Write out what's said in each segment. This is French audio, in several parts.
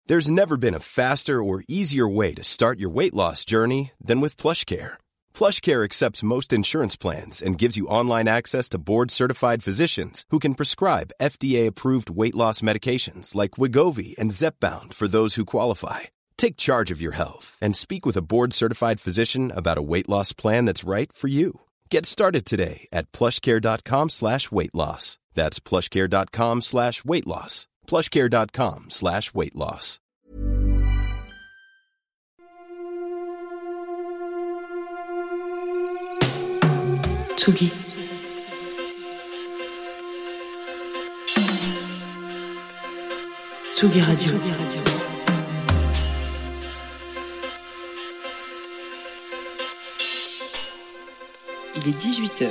There's never been a faster or easier way to start your weight loss journey than with PlushCare. PlushCare accepts most insurance plans and gives you online access to board-certified physicians who can prescribe FDA-approved weight loss medications like Wegovy and Zepbound for those who qualify. Take charge of your health and speak with a board-certified physician about a weight loss plan that's right for you. Get started today at plushcare.com/weightloss. That's plushcare.com/weightloss. plushcare.com/weightloss. Tsugi. Tsugi Radio. Il est 18h.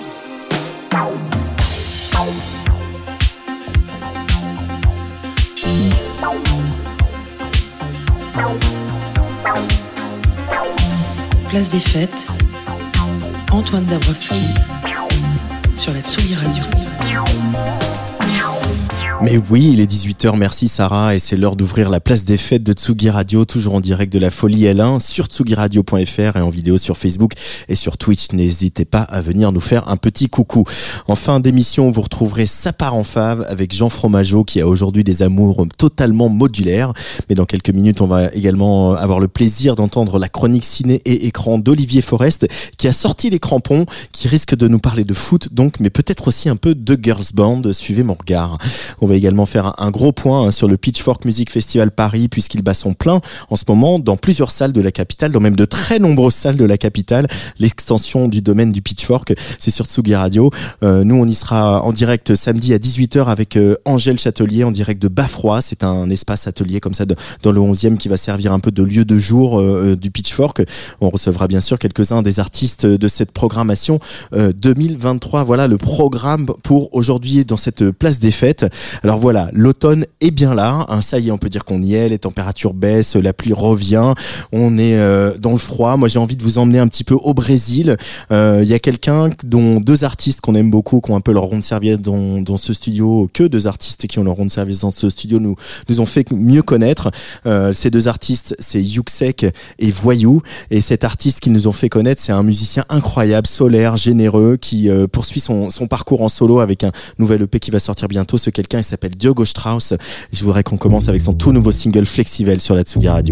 Place des Fêtes, Antoine Dabrowski sur la Tsugi Radio. Mais oui, il est 18h, merci Sarah, et c'est l'heure d'ouvrir la place des fêtes de Tsugi Radio, toujours en direct de la Folie L1 sur tsugiradio.fr et en vidéo sur Facebook et sur Twitch. N'hésitez pas à venir nous faire un petit coucou. En fin d'émission, vous retrouverez Sa part en fave avec Jean Fromageau qui a aujourd'hui des amours totalement modulaires. Mais dans quelques minutes, on va également avoir le plaisir d'entendre la chronique ciné et écran d'Olivier Forest qui a sorti les crampons, qui risque de nous parler de foot donc, mais peut-être aussi un peu de girls band. Suivez mon regard. On va également faire un gros point sur le Pitchfork Music Festival Paris puisqu'il bat son plein en ce moment dans plusieurs salles de la capitale, dans même de très nombreuses salles de la capitale. L'extension du domaine du Pitchfork, c'est sur Tsugi Radio. Nous, on y sera en direct samedi à 18h avec Angèle Châtelier en direct de Baffroy. C'est un espace atelier comme ça dans le 11e qui va servir un peu de lieu de jour du Pitchfork. On recevra bien sûr quelques-uns des artistes de cette programmation 2023. Voilà le programme pour aujourd'hui dans cette place des fêtes. Alors voilà, l'automne est bien là, hein, ça y est, on peut dire qu'on y est, les températures baissent, la pluie revient, on est dans le froid. Moi j'ai envie de vous emmener un petit peu au Brésil. Il y a quelqu'un dont deux artistes qu'on aime beaucoup, qui ont un peu leur rond de serviette dans ce studio, que deux artistes qui ont leur rond de serviette dans ce studio nous ont fait mieux connaître. Ces deux artistes, c'est Yuxek et Voyou, et cet artiste qu'ils nous ont fait connaître, c'est un musicien incroyable, solaire, généreux, qui poursuit son parcours en solo avec un nouvel EP qui va sortir bientôt. Ce quelqu'un, il s'appelle Diogo Strauss. Je voudrais qu'on commence avec son tout nouveau single Flexivel sur la Tsugi Radio.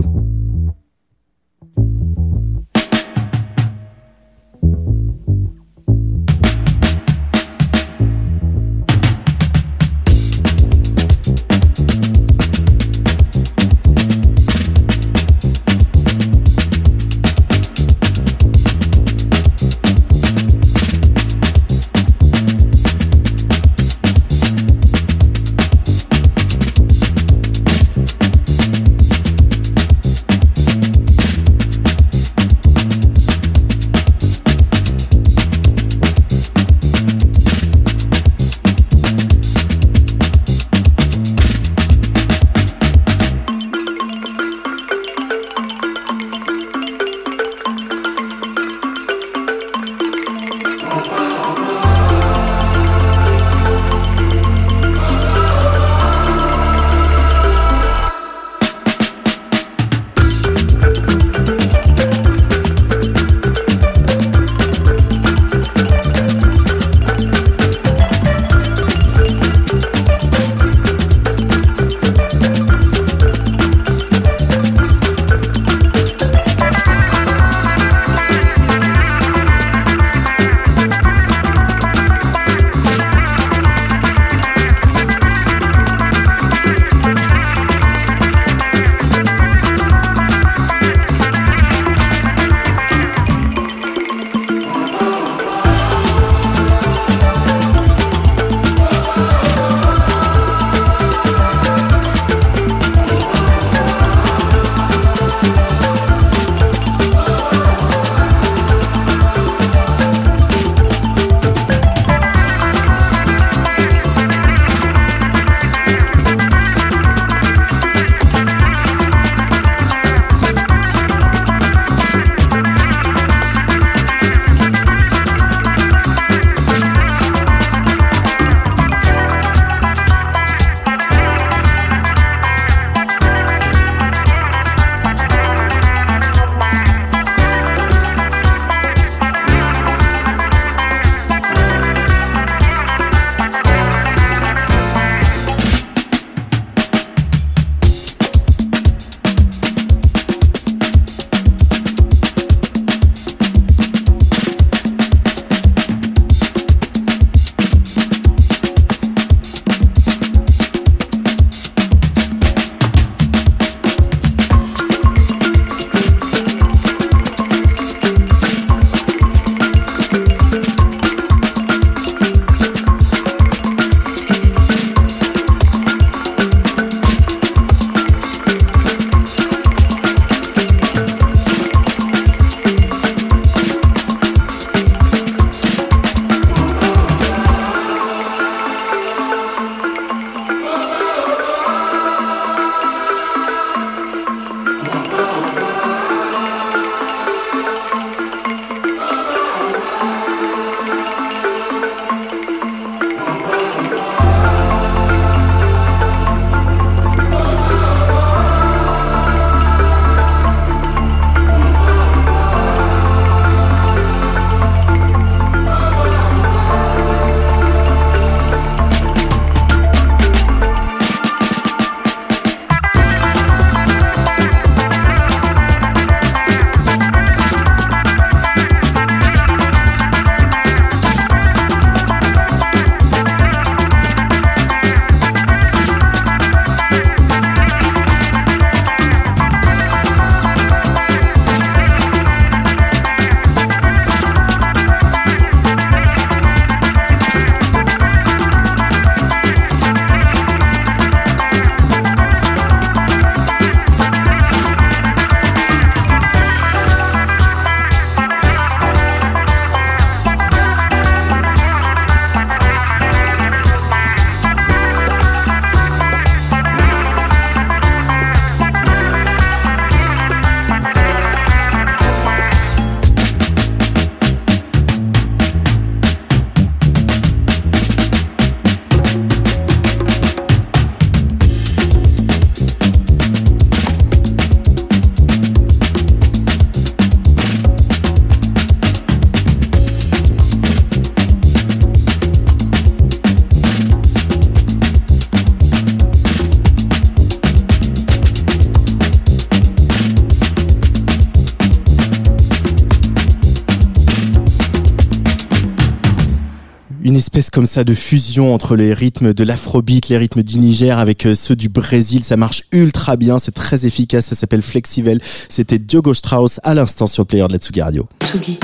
une espèce comme ça de fusion entre les rythmes de l'afrobeat, les rythmes du Niger avec ceux du Brésil. Ça marche ultra bien, c'est très efficace, ça s'appelle Flexivel. C'était Diogo Strauss à l'instant sur le player de la Tsugi Radio. Tsugi.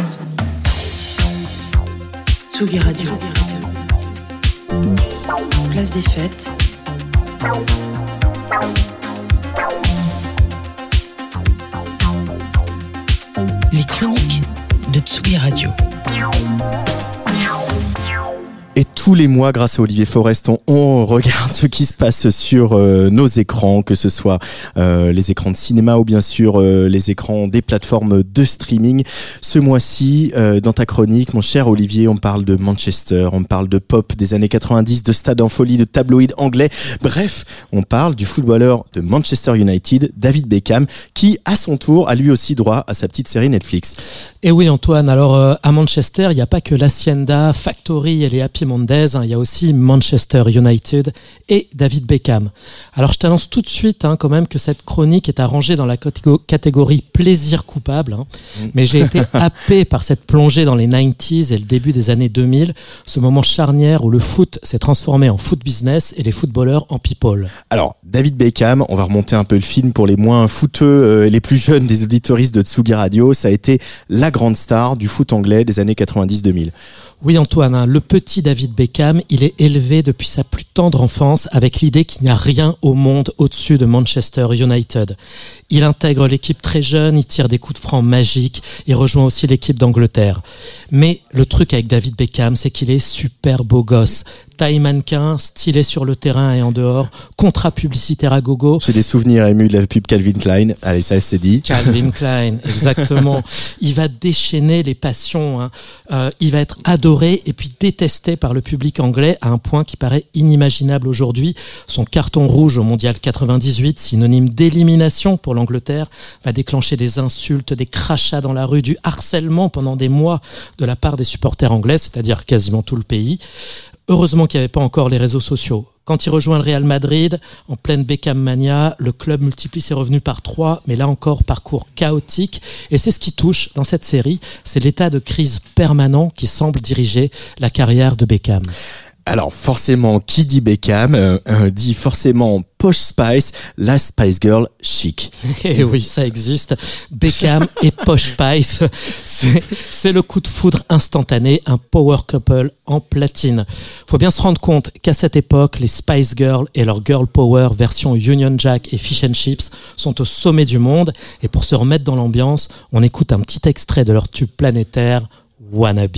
Tsugi Radio. Place des fêtes. Les chroniques de Tsugi Radio. Et tous les mois, grâce à Olivier Forest, on regarde ce qui se passe sur nos écrans, que ce soit les écrans de cinéma ou bien sûr les écrans des plateformes de streaming. Ce mois-ci, dans ta chronique, mon cher Olivier, on parle de Manchester, on parle de pop des années 90, de stade en folie, de tabloïd anglais. Bref, on parle du footballeur de Manchester United, David Beckham, qui, à son tour, a lui aussi droit à sa petite série Netflix. Et oui, Antoine, alors à Manchester, il n'y a pas que l'Hacienda, Factory et les Happy Mondays, il y a aussi Manchester United et David Beckham. Alors je t'annonce tout de suite quand même que cette chronique est à ranger dans la catégorie plaisir coupable, mais j'ai été happé par cette plongée dans les 90s et le début des années 2000, ce moment charnière où le foot s'est transformé en foot business et les footballeurs en people. Alors, David Beckham, on va remonter un peu le film pour les moins footeux et les plus jeunes des auditoristes de Tsugi Radio, ça a été la grande star du foot anglais des années 90-2000. Oui Antoine, le petit David Beckham, il est élevé depuis sa plus tendre enfance avec l'idée qu'il n'y a rien au monde au-dessus de Manchester United. Il intègre l'équipe très jeune, il tire des coups de franc magiques, il rejoint aussi l'équipe d'Angleterre. Mais le truc avec David Beckham, c'est qu'il est super beau gosse. Taille mannequin, stylé sur le terrain et en dehors, contrat publicitaire à gogo. J'ai des souvenirs émus de la pub Calvin Klein. Allez, ça c'est dit. Calvin Klein, exactement. Il va déchaîner les passions. Il va être adoré et puis détesté par le public anglais à un point qui paraît inimaginable aujourd'hui. Son carton rouge au Mondial 98, synonyme d'élimination pour l'Angleterre, va déclencher des insultes, des crachats dans la rue, du harcèlement pendant des mois de la part des supporters anglais, c'est-à-dire quasiment tout le pays. Heureusement qu'il n'y avait pas encore les réseaux sociaux. Quand il rejoint le Real Madrid, en pleine Beckham Mania, le club multiplie ses revenus par 3, mais là encore, parcours chaotique. Et c'est ce qui touche dans cette série, c'est l'état de crise permanent qui semble diriger la carrière de Beckham. Alors forcément, qui dit Beckham dit forcément Posh Spice, la Spice Girl chic. Et oui, ça existe. Beckham et Posh Spice, c'est le coup de foudre instantané, un power couple en platine. Faut bien se rendre compte qu'à cette époque, les Spice Girls et leur girl power version Union Jack et Fish and Chips sont au sommet du monde. Et pour se remettre dans l'ambiance, on écoute un petit extrait de leur tube planétaire, Wannabe.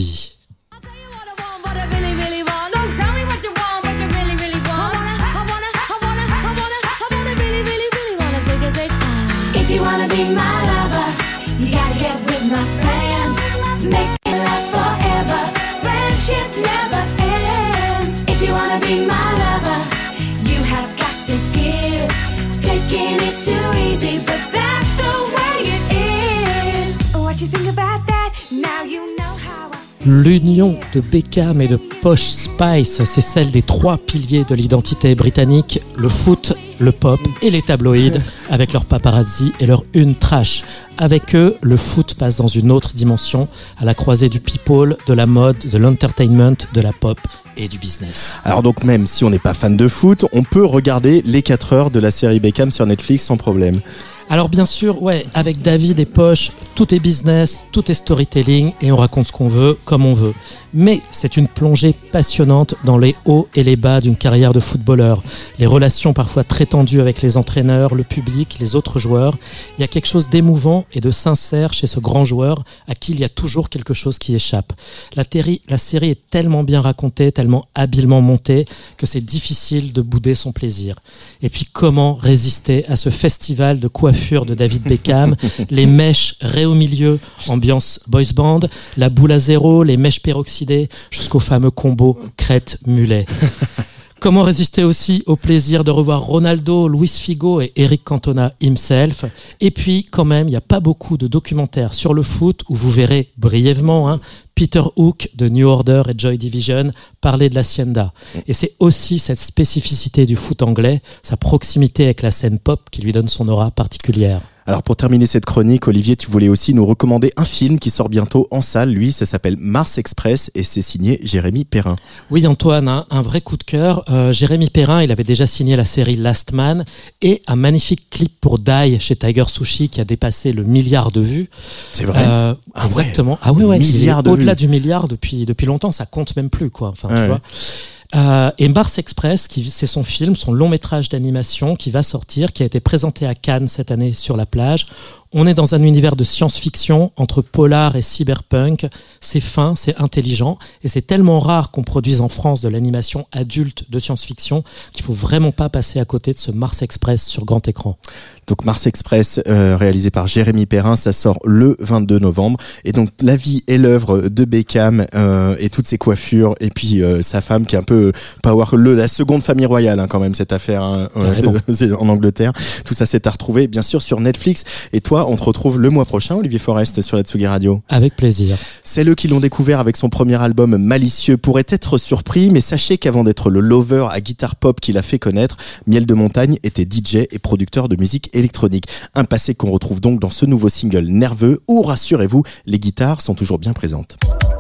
Be my lover, you gotta get with my friends, make it last forever, friendship never ends. If you wanna be my lover, you have got to give, taking is too easy, but that's the way it is. What you think about that? Now you know how I feel. L'union de Beckham et de Posh Spice, c'est celle des 3 piliers de l'identité britannique, le foot, le pop et les tabloïds, avec leurs paparazzi et leur une trash. Avec eux, le foot passe dans une autre dimension, à la croisée du people, de la mode, de l'entertainment, de la pop et du business. Alors donc même si on n'est pas fan de foot, on peut regarder les 4 heures de la série Beckham sur Netflix sans problème. Alors bien sûr, ouais, avec David et Posh, tout est business, tout est storytelling et on raconte ce qu'on veut, comme on veut. Mais c'est une plongée passionnante dans les hauts et les bas d'une carrière de footballeur. Les relations parfois très tendues avec les entraîneurs, le public, les autres joueurs. Il y a quelque chose d'émouvant et de sincère chez ce grand joueur à qui il y a toujours quelque chose qui échappe. La série est tellement bien racontée, tellement habilement montée que c'est difficile de bouder son plaisir. Et puis comment résister à ce festival de coiffure de David Beckham, les mèches raies au milieu, ambiance boys band, la boule à zéro, les mèches peroxydées, jusqu'au fameux combo crête-mulet. Comment résister aussi au plaisir de revoir Ronaldo, Luis Figo et Eric Cantona himself. Et puis, quand même, il n'y a pas beaucoup de documentaires sur le foot où vous verrez brièvement Peter Hook de New Order et Joy Division parler de l'Hacienda. Et c'est aussi cette spécificité du foot anglais, sa proximité avec la scène pop qui lui donne son aura particulière. Alors pour terminer cette chronique, Olivier, tu voulais aussi nous recommander un film qui sort bientôt en salle. Lui, ça s'appelle Mars Express et c'est signé Jérémy Perrin. Oui Antoine, un vrai coup de cœur. Jérémy Perrin, il avait déjà signé la série Last Man et un magnifique clip pour Die chez Tiger Sushi qui a dépassé le 1 milliard de vues. C'est vrai. Exactement. Ouais. Ah ouais, Milliard de au-delà vues. du milliard depuis longtemps, ça compte même plus quoi. Enfin, Ouais. tu vois. Et Mars Express, c'est son film, son long métrage d'animation qui va sortir, qui a été présenté à Cannes cette année sur la plage. On est dans un univers de science-fiction entre polar et cyberpunk. C'est fin, c'est intelligent et c'est tellement rare qu'on produise en France de l'animation adulte de science-fiction qu'il faut vraiment pas passer à côté de ce Mars Express sur grand écran. Donc Mars Express, réalisé par Jérémy Perrin, ça sort le 22 novembre. Et donc la vie et l'œuvre de Beckham et toutes ses coiffures et puis sa femme qui est un peu la seconde famille royale quand même cette affaire c'est en Angleterre. Tout ça c'est à retrouver bien sûr sur Netflix. Et toi, on te retrouve le mois prochain, Olivier Forest, sur la Tsugi Radio. Avec plaisir. Celles qui l'ont découvert avec son premier album Malicieux pourraient être surpris, mais sachez qu'avant d'être le lover à guitare pop qu'il a fait connaître, Miel de Montagne était DJ et producteur de musique électronique. Un passé qu'on retrouve donc dans ce nouveau single nerveux où, rassurez-vous, les guitares sont toujours bien présentes.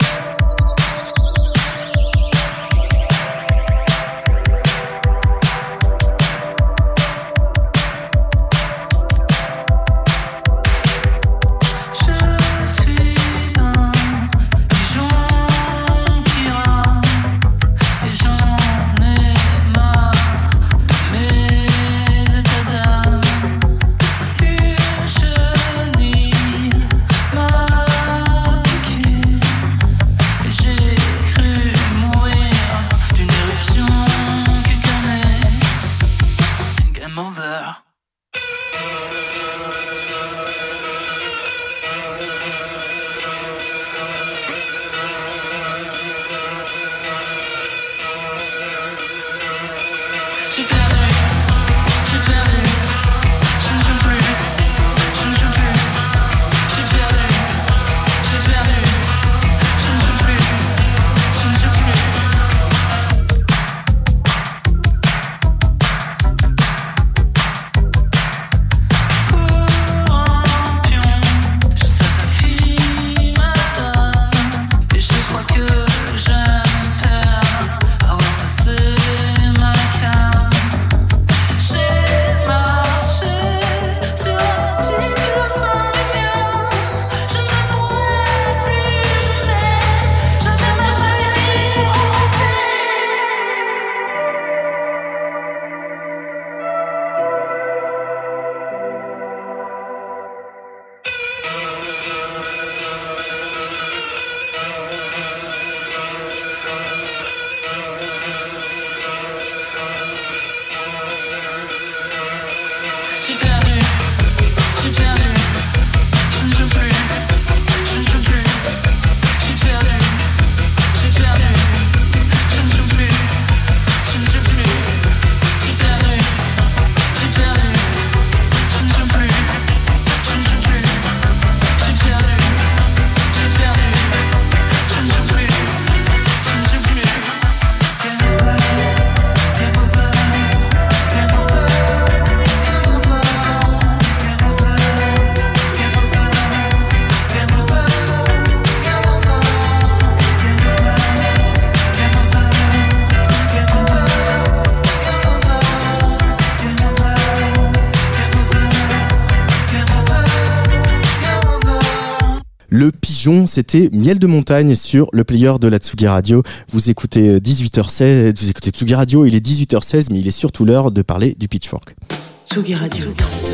Le pigeon, c'était Miel de Montagne sur le player de la Tsugi Radio. Vous écoutez 18h16, vous écoutez Tsugi Radio, il est 18h16, mais il est surtout l'heure de parler du Pitchfork. Tsugi Radio.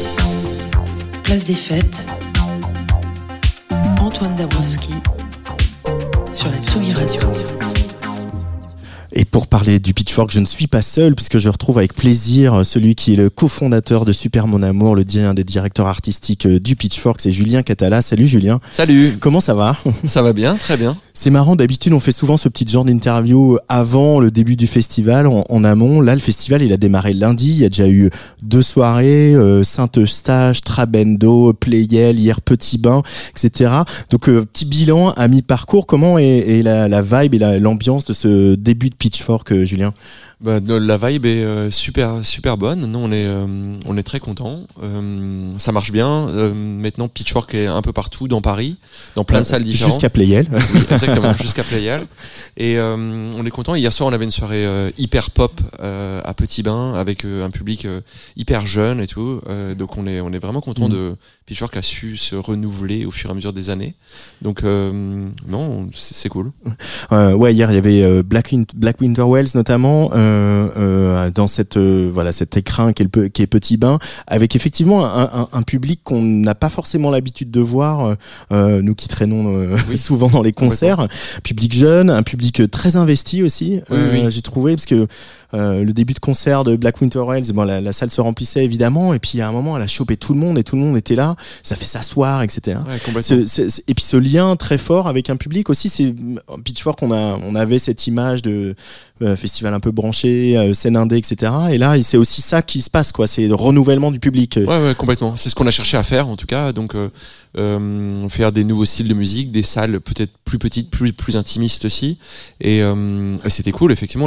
Place des Fêtes. Antoine Dabrowski sur la Tsugi Radio. Et pour parler du Pitchfork, je ne suis pas seul puisque je retrouve avec plaisir celui qui est le cofondateur de Super Mon Amour, un des directeurs artistiques du Pitchfork, c'est Julien Catala. Salut Julien. Salut. Comment ça va ? Ça va bien, très bien. C'est marrant, d'habitude on fait souvent ce petit genre d'interview avant le début du festival, en amont. Là le festival il a démarré lundi, il y a déjà eu 2 soirées, Saint-Eustache, Trabendo, Playel, hier Petit Bain, etc. Donc petit bilan à mi-parcours, comment est la vibe et l'ambiance de ce début de Pitchfork, Julien ? La vibe est super bonne. Nous on est très contents. Ça marche bien. Maintenant Pitchfork est un peu partout dans Paris, dans plein de salles différentes. Jusqu'à Playel. Oui, exactement, jusqu'à Playel. Et on est contents. Hier soir on avait une soirée hyper pop à Petit Bain avec un public hyper jeune et tout. Donc on est vraiment contents de Pitchfork a su se renouveler au fur et à mesure des années. Donc non, c'est cool. Ouais, hier il y avait Black Winter Wells notamment dans cet écrin qui est Petit Bain, avec effectivement un public qu'on n'a pas forcément l'habitude de voir, nous qui traînons souvent dans les concerts. Public jeune, un public très investi aussi. J'ai trouvé, parce que le début de concert de Black Winter Wells, la salle se remplissait évidemment, et puis à un moment elle a chopé tout le monde et tout le monde était là, ça fait s'asseoir, etc. Et puis ce lien très fort avec un public aussi, c'est Pitchfork, on avait cette image de festival un peu branché, scène indé, etc. Et là c'est aussi ça qui se passe, quoi, c'est le renouvellement du public. Ouais, complètement, c'est ce qu'on a cherché à faire en tout cas, donc faire des nouveaux styles de musique, des salles peut-être plus petites, plus intimistes aussi, et c'était cool effectivement.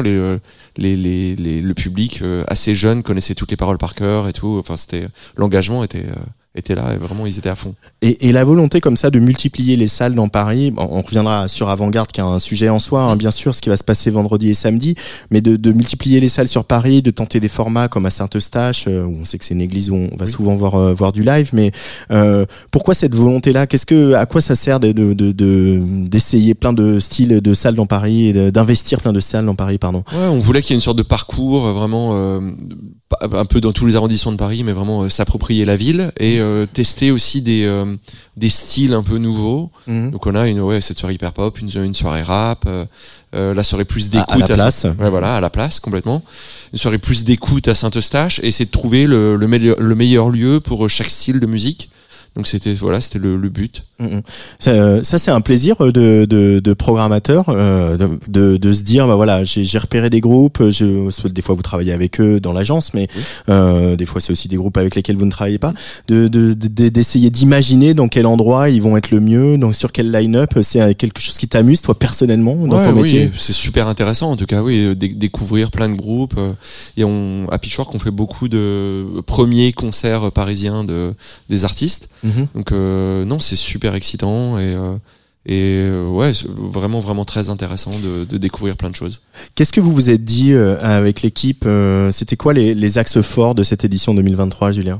Le public assez jeune connaissait toutes les paroles par cœur et tout. Enfin, l'engagement était là et vraiment ils étaient à fond. Et la volonté comme ça de multiplier les salles dans Paris, on reviendra sur Avant-Garde qui a un sujet en soi, bien sûr, ce qui va se passer vendredi et samedi, mais de multiplier les salles sur Paris, de tenter des formats comme à Saint-Eustache, où on sait que c'est une église où on va souvent voir du live, mais pourquoi cette volonté-là? À quoi ça sert d'essayer plein de styles de salles dans Paris et d'investir plein de salles dans Paris, pardon? Ouais, on voulait qu'il y ait une sorte de parcours vraiment un peu dans tous les arrondissements de Paris, mais vraiment s'approprier la ville et tester aussi des styles un peu nouveaux. Donc on a cette soirée hyper pop, une soirée rap, la soirée plus d'écoute à la place. À la place complètement. Une soirée plus d'écoute à Saint-Eustache, et c'est de trouver le meilleur lieu pour chaque style de musique. Donc c'était le but. Ça c'est un plaisir de programmateur, de se dire j'ai repéré des groupes, des fois vous travaillez avec eux dans l'agence, mais des fois c'est aussi des groupes avec lesquels vous ne travaillez pas, d'essayer d'imaginer dans quel endroit ils vont être le mieux, donc sur quel line-up. C'est quelque chose qui t'amuse toi personnellement dans ton métier? Oui, c'est super intéressant en tout cas, découvrir plein de groupes, et à Pitchfork on fait beaucoup de premiers concerts parisiens des artistes. Donc non, c'est super excitant et c'est vraiment très intéressant de découvrir plein de choses. Qu'est-ce que vous vous êtes dit avec l'équipe? C'était quoi les axes forts de cette édition 2023, Julien?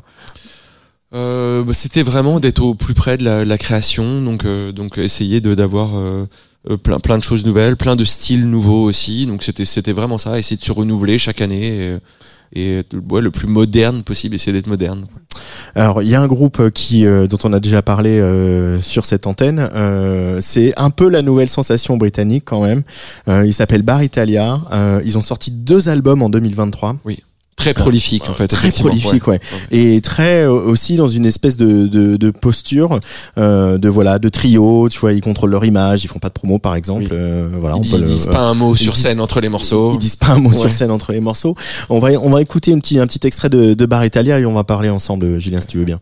C'était vraiment d'être au plus près de la création, donc essayer d'avoir plein de choses nouvelles, plein de styles nouveaux aussi. Donc c'était vraiment ça, essayer de se renouveler chaque année et le plus moderne possible, essayer d'être moderne. Alors il y a un groupe dont on a déjà parlé sur cette antenne, c'est un peu la nouvelle sensation britannique quand même. Il s'appelle Bar Italia. Ils ont sorti 2 albums en 2023. Oui. Très prolifique en fait. Très prolifique, ouais. Et très aussi dans une espèce de posture de trio. Tu vois, ils contrôlent leur image, ils font pas de promo par exemple. Ils disent pas un mot sur scène entre les morceaux. Ils disent pas un mot sur scène entre les morceaux. On va écouter un petit extrait de Bar Italia et on va parler ensemble, Julien, si tu veux bien.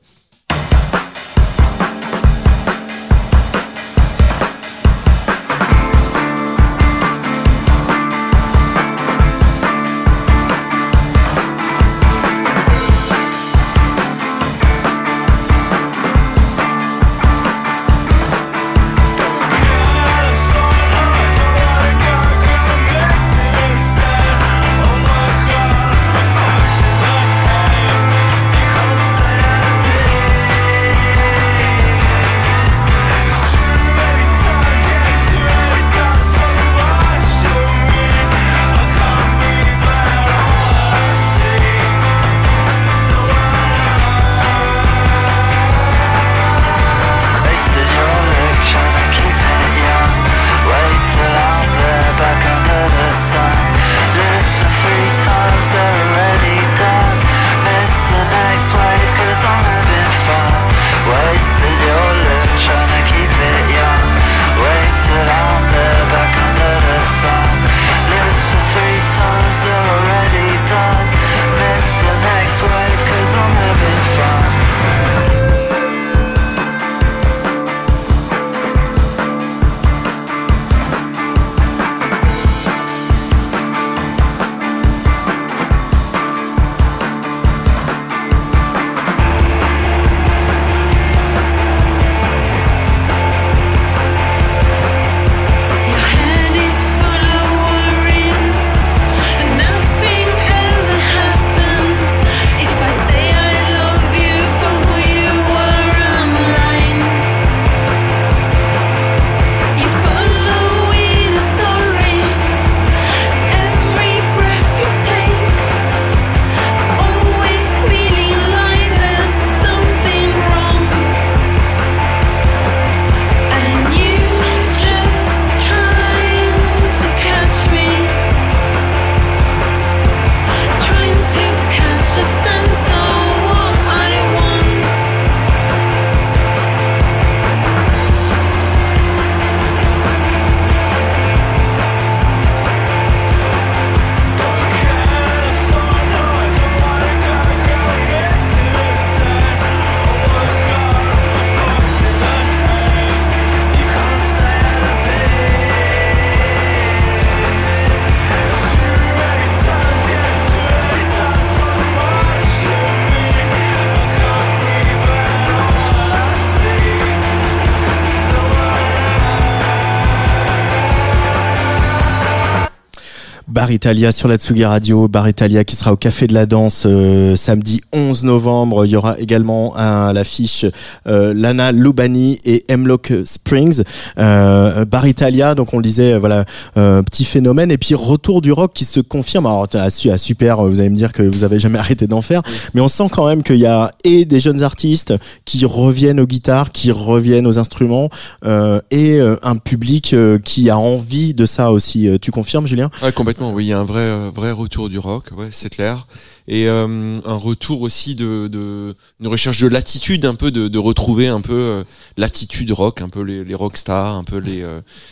Bar Italia sur la Tsugi Radio, Bar Italia qui sera au Café de la Danse samedi 11 novembre. Il y aura également à l'affiche Lana Lubani et Hemlock Springs. Bar Italia, donc on le disait, voilà, petit phénomène. Et puis retour du rock qui se confirme. Alors super, vous allez me dire que vous avez jamais arrêté d'en faire, mais on sent quand même qu'il y a et des jeunes artistes qui reviennent aux guitares, qui reviennent aux instruments, et un public qui a envie de ça aussi. Tu confirmes, Julien ? Ouais, complètement. Oui, il y a un vrai retour du rock. Ouais, c'est clair. Et un retour aussi de une recherche de l'attitude, un peu de retrouver un peu l'attitude rock, un peu les rockstars, un peu les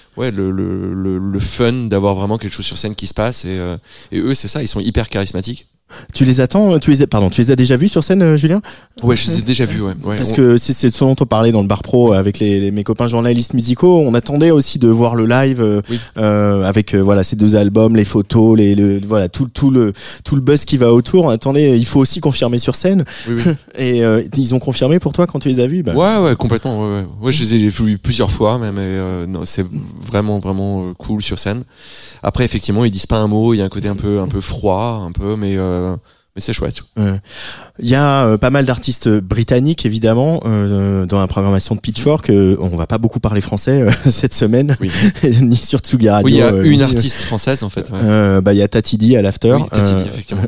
le fun d'avoir vraiment quelque chose sur scène qui se passe. Et eux, c'est ça. Ils sont hyper charismatiques. Tu les attends, tu les as déjà vus sur scène, Julien ? Ouais, je les ai déjà vus, ouais. Parce que c'est ce dont on parlait dans le bar pro avec mes copains journalistes musicaux. On attendait aussi de voir le live, avec voilà ces deux albums, les photos, voilà tout le buzz qui va autour. On attendait, il faut aussi confirmer sur scène. Oui. Et ils ont confirmé pour toi quand tu les as vus. Ouais, complètement. Ouais, je les ai vus plusieurs fois même. Et non, c'est vraiment cool sur scène. Après, effectivement, ils disent pas un mot. Il y a un côté un peu froid, mais c'est chouette. Il y a pas mal d'artistes britanniques évidemment dans la programmation de Pitchfork. On va pas beaucoup parler français cette semaine, ni sur Tsugi Radio. Oui, il y a une artiste française en fait. Il y a Tatidi à l'after. Oui, Tatidi, effectivement.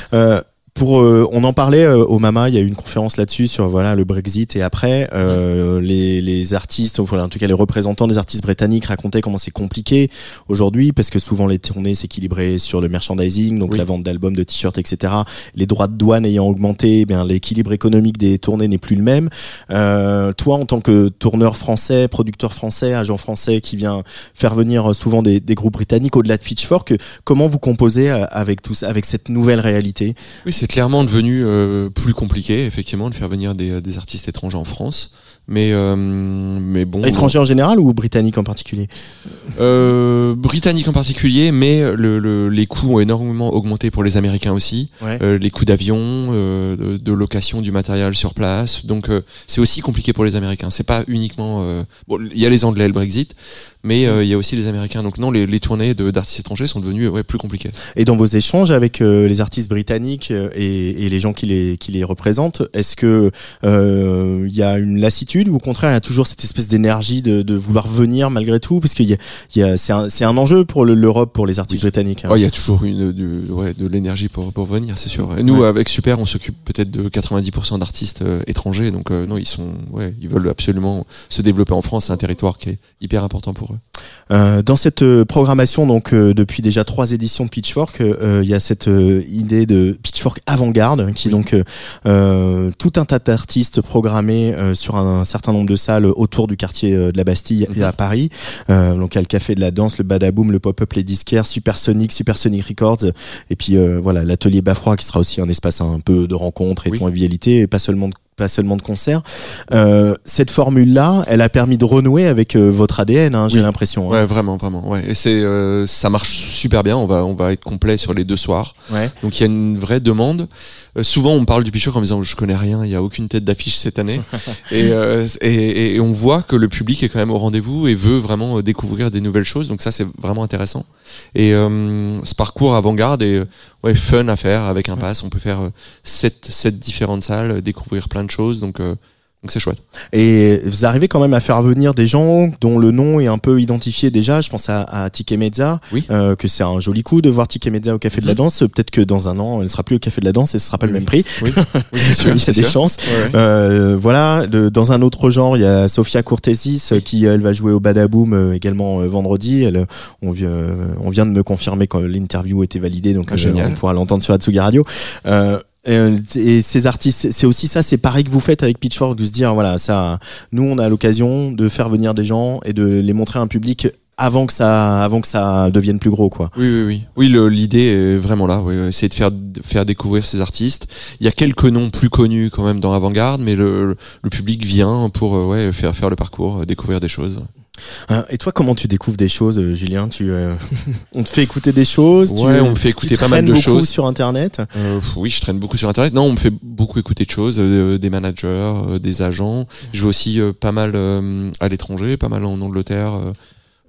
On en parlait au Mama, il y a eu une conférence là-dessus sur voilà le Brexit et après les artistes, enfin en tout cas les représentants des artistes britanniques racontaient comment c'est compliqué aujourd'hui parce que souvent les tournées s'équilibraient sur le merchandising, donc la vente d'albums, de t-shirts, etc. Les droits de douane ayant augmenté, l'équilibre économique des tournées n'est plus le même. Toi, en tant que tourneur français, producteur français, agent français qui vient faire venir souvent des groupes britanniques au-delà de Pitchfork, comment vous composez avec tout ça, avec cette nouvelle réalité ? Oui, c'est clairement devenu plus compliqué, effectivement, de faire venir des artistes étrangers en France. Mais bon. Étrangers en général ou britanniques en particulier ? Britanniques en particulier, mais les coûts ont énormément augmenté pour les Américains aussi. Ouais. Les coûts d'avion, de location du matériel sur place. Donc c'est aussi compliqué pour les Américains. C'est pas uniquement. Il y a les Anglais, le Brexit, mais il y a aussi les Américains. Donc non, les tournées d'artistes étrangers sont devenues plus compliquées. Et dans vos échanges avec les artistes britanniques et les gens qui les représentent, est-ce que il y a une lassitude ou au contraire il y a toujours cette espèce d'énergie de vouloir venir malgré tout, parce qu'il y a c'est un enjeu pour l'Europe, pour les artistes britanniques. Il y a toujours de l'énergie pour venir, c'est sûr. Et nous avec Super, on s'occupe peut-être de 90% d'artistes étrangers, donc non, ils veulent absolument se développer en France. C'est un territoire qui est hyper important pour eux. Dans cette programmation, donc depuis déjà 3 éditions de Pitchfork, il y a cette idée de Pitchfork Avant-Garde qui est donc tout un tas d'artistes programmés sur un certain nombre de salles autour du quartier de la Bastille et à Paris. Donc il y a le Café de la Danse, le Badaboom, le Pop-Up, les disquaires, Supersonic Records, et puis voilà l'atelier Bafroid qui sera aussi un espace un peu de rencontre et de convivialité, et pas seulement de concerts. Cette formule-là, elle a permis de renouer avec votre ADN, j'ai l'impression. Ouais, vraiment. Ouais. Et ça marche super bien. On va être complet sur les 2 soirs. Ouais. Donc il y a une vraie demande. Souvent, on parle du Pitchfork en me disant je connais rien, il y a aucune tête d'affiche cette année. et on voit que le public est quand même au rendez-vous et veut vraiment découvrir des nouvelles choses. Donc ça, c'est vraiment intéressant. Et ce parcours avant-garde est fun à faire avec un pass. On peut faire 7 différentes salles, découvrir plein de choses. Donc c'est chouette. Et vous arrivez quand même à faire venir des gens dont le nom est un peu identifié déjà. Je pense à Ticket Mezza, que c'est un joli coup de voir Ticket Mezza au Café de la Danse. Peut-être que dans un an, elle ne sera plus au Café de la Danse et ce sera pas le même prix. Oui, c'est sûr. Il y a des chances. Ouais. Voilà. Dans un autre genre, il y a Sofia Courtesis qui elle va jouer au Badaboom également vendredi. On vient de me confirmer que l'interview était validée, donc on pourra l'entendre sur Tsugi Radio. Et ces artistes, c'est aussi ça, c'est pareil que vous faites avec Pitchfork, de se dire voilà, ça, nous on a l'occasion de faire venir des gens et de les montrer à un public avant que ça devienne plus gros, quoi. Oui, l'idée est vraiment là, essayer de faire découvrir ces artistes. Il y a quelques noms plus connus quand même dans Avant-Garde, mais le public vient pour faire le parcours, découvrir des choses. Et toi, comment tu découvres des choses, Julien ? On te fait écouter des choses ? On me fait écouter pas mal de choses. Tu traînes beaucoup sur Internet ? Oui, je traîne beaucoup sur Internet. Non, on me fait beaucoup écouter de choses, des managers, des agents. Je vais aussi pas mal à l'étranger, pas mal en Angleterre,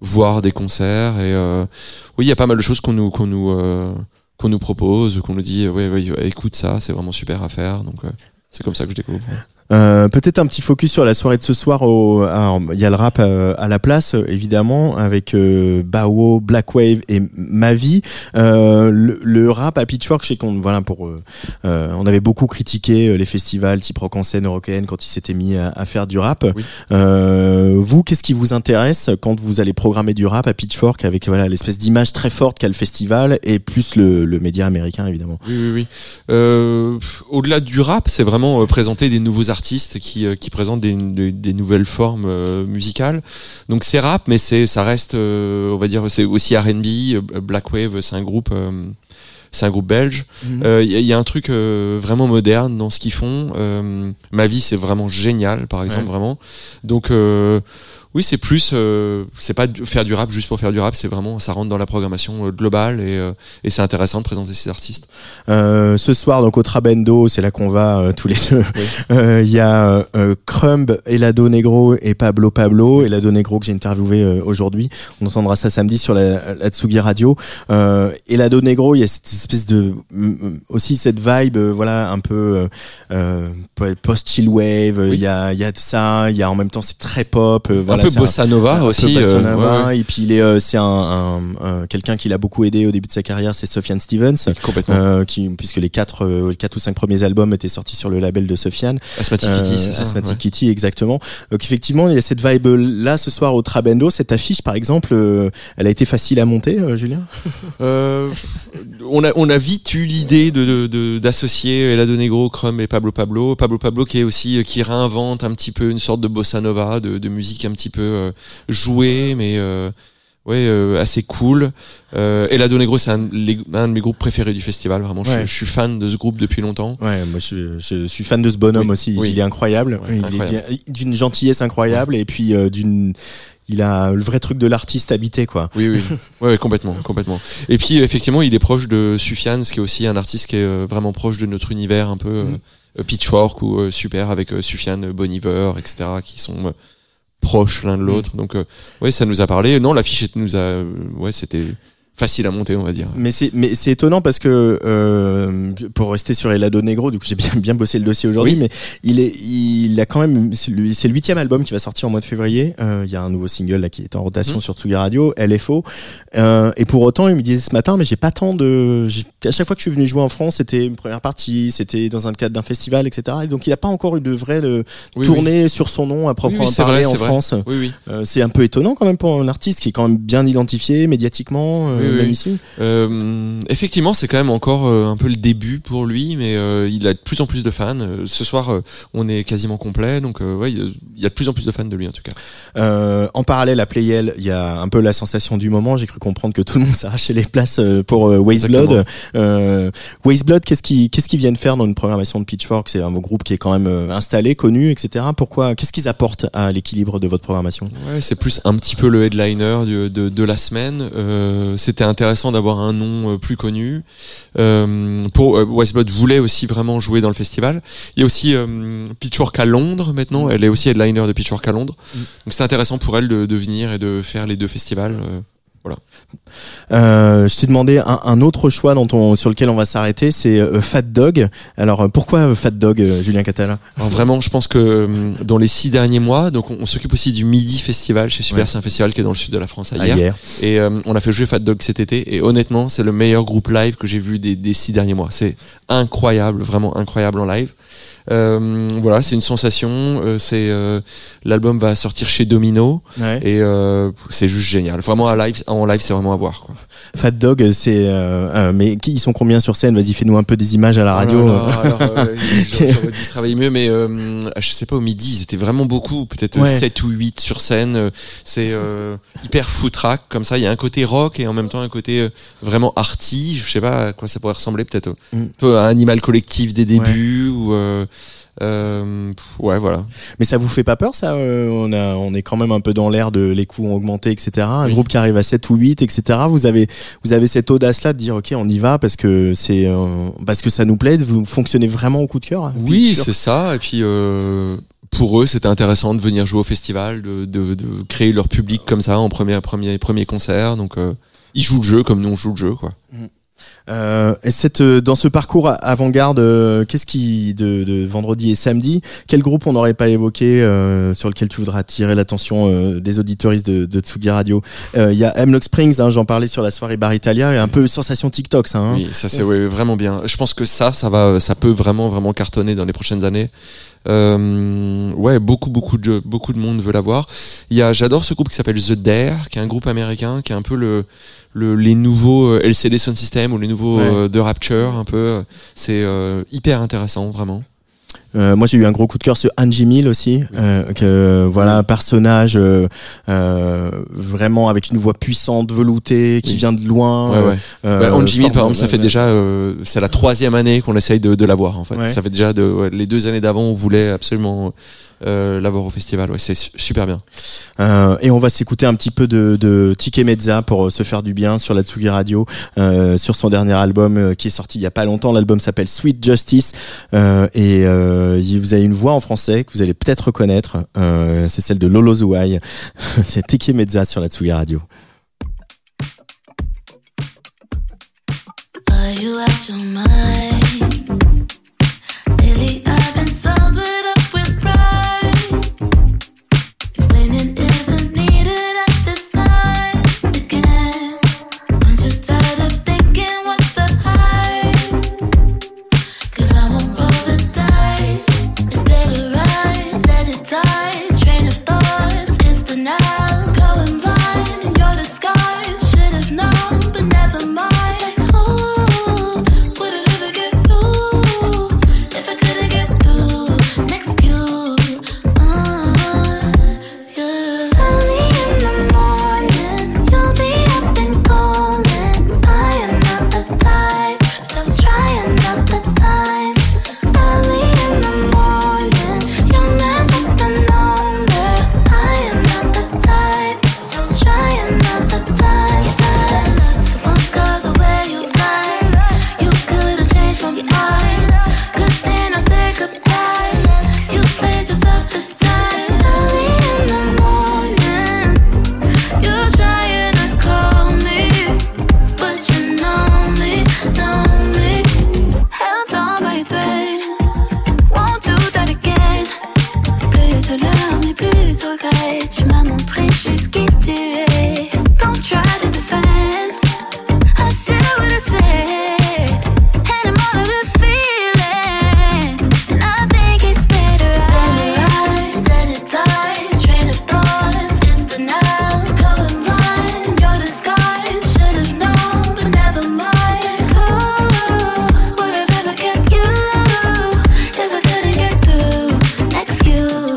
voir des concerts et oui, il y a pas mal de choses qu'on nous propose, qu'on nous dit ouais, écoute ça, c'est vraiment super à faire, donc c'est comme ça que je découvre. Peut-être un petit focus sur la soirée de ce soir. Alors, il y a le rap à la place, évidemment, avec Bao, Black Wave et Mavi. Le rap à Pitchfork, je sais qu'on on avait beaucoup critiqué les festivals type Rock en scène européenne quand ils s'étaient mis à faire du rap. Oui. Vous, qu'est-ce qui vous intéresse quand vous allez programmer du rap à Pitchfork avec l'espèce d'image très forte qu'a le festival et plus le média américain, évidemment. Oui. Au-delà du rap, c'est vraiment présenter des nouveaux artistes qui présentent des nouvelles formes musicales. Donc c'est rap, mais ça reste, on va dire, c'est aussi R&B. Black Wave, c'est un groupe belge. Il y a un truc vraiment moderne dans ce qu'ils font. Mavi, c'est vraiment génial, par exemple, vraiment. Donc oui, c'est plus, c'est pas faire du rap juste pour faire du rap, c'est vraiment, ça rentre dans la programmation globale et c'est intéressant de présenter ces artistes. Ce soir, donc au Trabendo, c'est là qu'on va tous les deux. Il y a Crumb, Helado Negro et Pablo. Helado Negro que j'ai interviewé aujourd'hui. On entendra ça samedi sur la Tsugi Radio. Helado Negro, il y a cette espèce de aussi cette vibe, un peu post chill wave. Il y a de ça. Il y a en même temps c'est très pop. Un peu bossa nova aussi. Bossa nova, et puis c'est un quelqu'un qui l'a beaucoup aidé au début de sa carrière, c'est Sufjan Stevens. Complètement. Puisque les 4 ou 5 premiers albums étaient sortis sur le label de Sufjan. Asthmatic Kitty, c'est ça. Asthmatic Kitty, exactement. Donc effectivement, il y a cette vibe là ce soir au Trabendo. Cette affiche, par exemple, elle a été facile à monter, Julien. On a vite eu l'idée d'associer Helado Negro, Crumb et Pablo qui est aussi qui réinvente un petit peu une sorte de bossa nova, de musique un petit peu jouée, mais assez cool. Helado Negro, c'est un de mes groupes préférés du festival, vraiment. Je suis fan de ce groupe depuis longtemps. Ouais, moi je suis fan de ce bonhomme aussi. Il est incroyable. Incroyable. Il est d'une gentillesse incroyable et puis il a le vrai truc de l'artiste habité, quoi. Oui. Ouais, complètement. Et puis effectivement, il est proche de Sufjan, qui est aussi un artiste qui est vraiment proche de notre univers un peu Pitchfork ou super avec Sufjan, Bon Iver, etc. qui sont proches l'un de l'autre. Donc ça nous a parlé. Non, l'affiche c'était facile à monter, on va dire. Mais c'est étonnant parce que pour rester sur Helado Negro, du coup j'ai bien bossé le dossier aujourd'hui, mais il a quand même, c'est le 8e album qui va sortir en mois de février. Il y a un nouveau single là qui est en rotation sur Tsugi Radio, LFO. Et pour autant, il me disait ce matin, mais j'ai pas tant à chaque fois que je suis venu jouer en France, c'était une première partie, c'était dans un cadre d'un festival, etc. Et donc il a pas encore eu de vraie tournée sur son nom à proprement parler en France. Oui. C'est un peu étonnant quand même pour un artiste qui est quand même bien identifié médiatiquement. Même ici. Effectivement, c'est quand même encore un peu le début pour lui, mais il a de plus en plus de fans. Ce soir, on est quasiment complet, donc il y a de plus en plus de fans de lui en tout cas. En parallèle à Playel, il y a un peu la sensation du moment. J'ai cru comprendre que tout le monde s'arrachait les places pour Waste Blood. Waste Blood, qu'est-ce qu'ils viennent faire dans une programmation de Pitchfork? C'est un groupe qui est quand même installé, connu, etc. Qu'est-ce qu'ils apportent à l'équilibre de votre programmation? Ouais, c'est plus un petit peu le headliner de la semaine. C'était intéressant d'avoir un nom plus connu. Waste Blood voulait aussi vraiment jouer dans le festival. Il y a aussi Pitchfork à Londres maintenant. Elle est aussi headliner de Pitchfork à Londres. Donc c'est intéressant pour elle de venir et de faire les deux festivals. Voilà. Je t'ai demandé un autre choix sur lequel on va s'arrêter, c'est Fat Dog. Alors pourquoi Fat Dog, Julien Catala? Alors vraiment, je pense que dans les 6 derniers mois, donc on s'occupe aussi du Midi Festival chez Super. C'est un festival qui est dans le sud de la France à Hyères. Et on a fait jouer Fat Dog cet été. Et honnêtement, c'est le meilleur groupe live que j'ai vu des 6 derniers mois. C'est incroyable, vraiment incroyable en live. C'est une sensation. L'album va sortir chez Domino et c'est juste génial. Vraiment en live, c'est vraiment à voir, quoi. Fat Dog, mais ils sont combien sur scène? Vas-y, fais-nous un peu des images à la radio. J'aurais dû travailler mieux, mais je sais pas, au Midi, ils étaient vraiment beaucoup, peut-être 7 ou 8 sur scène. C'est hyper footrack comme ça. Il y a un côté rock et en même temps un côté vraiment arty. Je sais pas à quoi ça pourrait ressembler, peut-être un peu à Animal Collective des débuts ou voilà. Mais ça vous fait pas peur, ça? On est quand même un peu dans l'ère de les coûts ont augmenté, etc. Un groupe qui arrive à 7 ou 8, etc. Vous avez cette audace-là de dire, ok, on y va parce que parce que ça nous plaît. Vous fonctionnez vraiment au coup de cœur? Oui, c'est ça. Et puis, pour eux, c'était intéressant de venir jouer au festival, de créer leur public comme ça en premier concert. Donc, ils jouent le jeu comme nous on joue le jeu, quoi. Et dans ce parcours avant-garde, qu'est-ce qui de vendredi et samedi, quel groupe on n'aurait pas évoqué sur lequel tu voudras attirer l'attention des auditeuristes de Tsugi Radio? Il y a Hemlock Springs, hein, j'en parlais sur la soirée Bar Italia, et un peu sensation TikTok, ça. Hein. Oui, ça c'est vraiment bien. Je pense que ça peut vraiment cartonner dans les prochaines années. Beaucoup de monde veut la voir. J'adore ce groupe qui s'appelle The Dare, qui est un groupe américain, qui est un peu les nouveaux LCD Sound System ou les nouveaux The Rapture, un peu. C'est hyper intéressant, vraiment. Moi j'ai eu un gros coup de cœur sur Angie Mill aussi, un personnage vraiment avec une voix puissante, veloutée, qui vient de loin. Angie Mill par exemple, ça fait déjà c'est la 3e année qu'on essaye de la voir en fait. Ça fait déjà les 2 années d'avant on voulait absolument la voir au festival. Ouais, c'est super bien. Et on va s'écouter un petit peu de Tike Mezza pour se faire du bien sur la Tsugi Radio, sur son dernier album qui est sorti il y a pas longtemps. L'album s'appelle Sweet Justice et vous avez une voix en français que vous allez peut-être reconnaître, c'est celle de Lolo Zouaï. C'est Tike Mezza sur la Tsugi Radio. Are you out your mind? Lately I've been sobered up with pride. Explaining isn't needed at this time again. Aren't you tired of thinking what's the hype? 'Cause I won't roll the dice. It's better right, let it die. Train of thoughts, it's the now. Going blind in your disguise. Should've known, but never mind. Tu m'as montré juste qui tu es. Don't try to defend. I say what I say, and I'm all out of feelings. And I think it's better right, let it die. Train of thoughts, it's the now. Going blind, your disguise. Should've known, but never mind. Who would have ever kept you if I couldn't get through? Next you.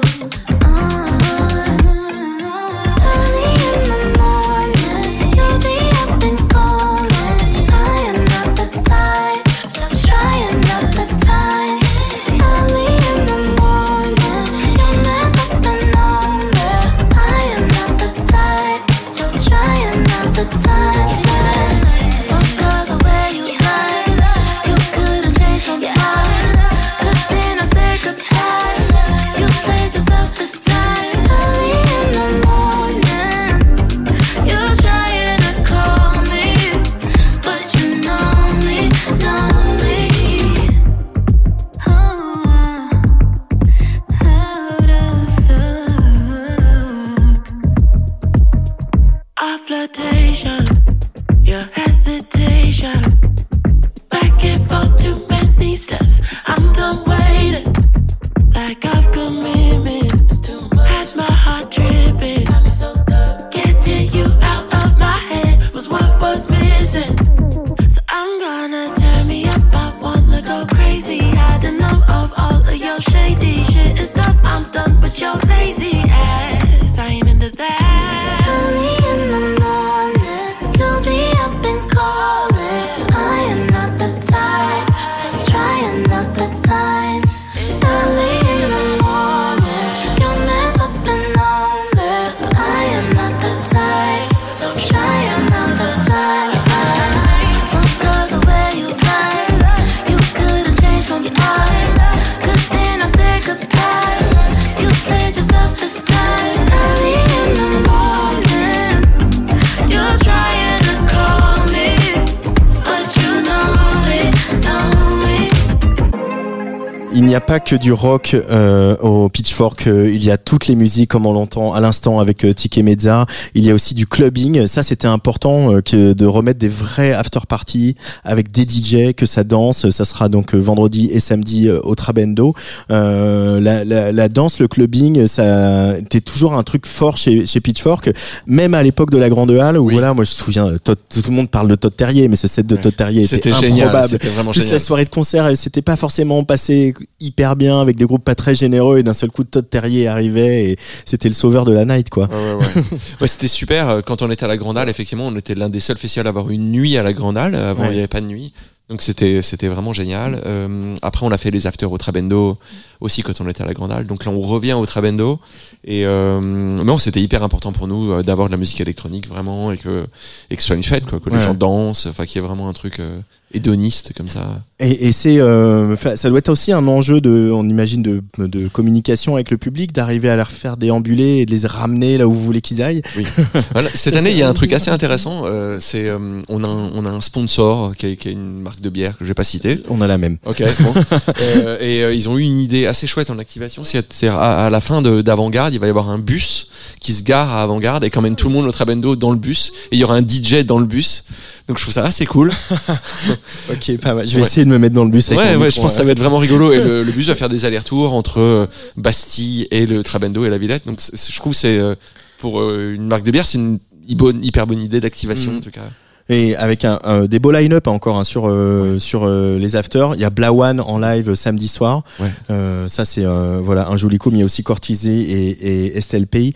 Early in the morning, you'll be up and calling. Il n'y a pas que du rock au Pitchfork, il y a toutes les musiques comme on l'entend à l'instant avec Tike Mezza. Il y a aussi du clubbing, ça c'était important que de remettre des vrais after party avec des DJ, que ça danse. Ça sera donc vendredi et samedi au Trabendo. La danse, le clubbing, ça était toujours un truc fort chez Pitchfork, même à l'époque de la Grande Halle où voilà, moi je me souviens, tout le monde parle de Todd Terje, mais ce set de Todd Terje était génial, improbable. c'était vraiment Plus génial. la soirée de concert, elle s'était pas forcément passée hyper bien avec des groupes pas très généreux et d'un seul coup Todd Terje arrivait et c'était le sauveur de la night quoi. Ouais, c'était super. Quand on était à la Grande Halle, effectivement, on était l'un des seuls festivals à avoir une nuit à la Grande Halle. Avant, il n'y avait pas de nuit. Donc c'était vraiment génial. Après, on a fait les afters au Trabendo aussi quand on était à la Grande Halle. Donc là, on revient au Trabendo. Et non, c'était hyper important pour nous d'avoir de la musique électronique vraiment et que ce soit une fête, quoi, que les gens dansent, enfin qu'il y ait vraiment un truc hédoniste comme ça. Et c'est ça doit être aussi un enjeu on imagine de communication avec le public, d'arriver à leur faire déambuler et de les ramener là où vous voulez qu'ils aillent. Oui. Voilà, cette année, il y a un truc assez intéressant. C'est on a un sponsor qui est une marque de bière que je vais pas citer. On a la même. Ok. Bon. Ils ont eu une idée assez chouette en activation. C'est à la fin d'Avant-Garde, il va y avoir un bus qui se gare à Avant-Garde et qui emmène tout le monde au Trabendo dans le bus. Et il y aura un DJ dans le bus. Donc je trouve ça assez cool. Ok, pas mal. Je vais essayer de me mettre dans le bus. Avec mon micro, je pense que ça va être vraiment rigolo. Et le bus va faire des allers-retours entre Bastille et le Trabendo et la Villette. Donc je trouve que c'est pour une marque de bière, c'est une hyper bonne idée d'activation en tout cas. Et avec des beaux line-up encore sur les afters. Il y a Blawan en live samedi soir. Ça c'est voilà un joli coup. Mais il y a aussi Cortisé et Estelle P,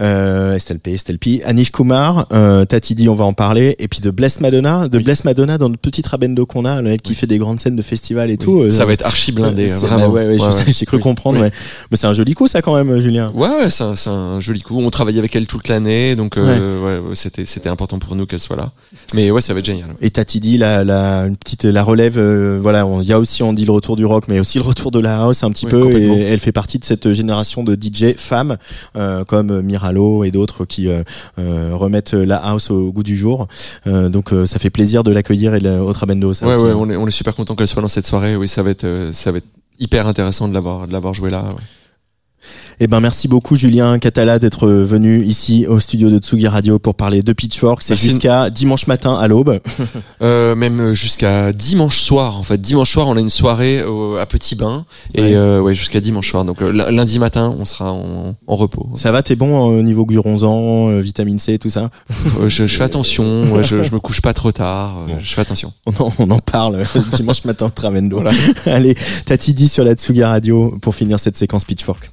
Anish Kumar, Tatidi, on va en parler. Et puis de Blessed Madonna, Blessed Madonna dans notre petit Trabendo qu'on a, elle qui fait des grandes scènes de festival et tout. Ça va être archi blindé, vraiment. J'ai cru comprendre. Ouais. Mais c'est un joli coup ça quand même, Julien. Ouais, c'est un joli coup. On travaille avec elle toute l'année, donc c'était important pour nous qu'elle soit là. Mais ouais, ça va être génial. Et Tatidi, la relève, voilà, il y a aussi, on dit le retour du rock, mais aussi le retour de la house un petit peu. Et elle fait partie de cette génération de DJ femmes, comme Miralo et d'autres qui remettent la house au goût du jour. Donc ça fait plaisir de l'accueillir au Trabendo. Ça aussi, on est super content qu'elle soit dans cette soirée. Oui, ça va être hyper intéressant de l'avoir joué là. Ouais. Eh ben merci beaucoup Julien Catala d'être venu ici au studio de Tsugi Radio pour parler de Pitchfork. C'est jusqu'à dimanche matin à l'aube. Même jusqu'à dimanche soir. En fait, dimanche soir, on a une soirée à Petit Bain et jusqu'à dimanche soir. Donc lundi matin, on sera en repos. Ça va, t'es bon au niveau guronzan, vitamine C, tout ça? Je fais attention. Je me couche pas trop tard. Je fais attention. On en parle dimanche matin au Trabendo. Voilà. Allez, Tatidi sur la Tsugi Radio pour finir cette séquence Pitchfork.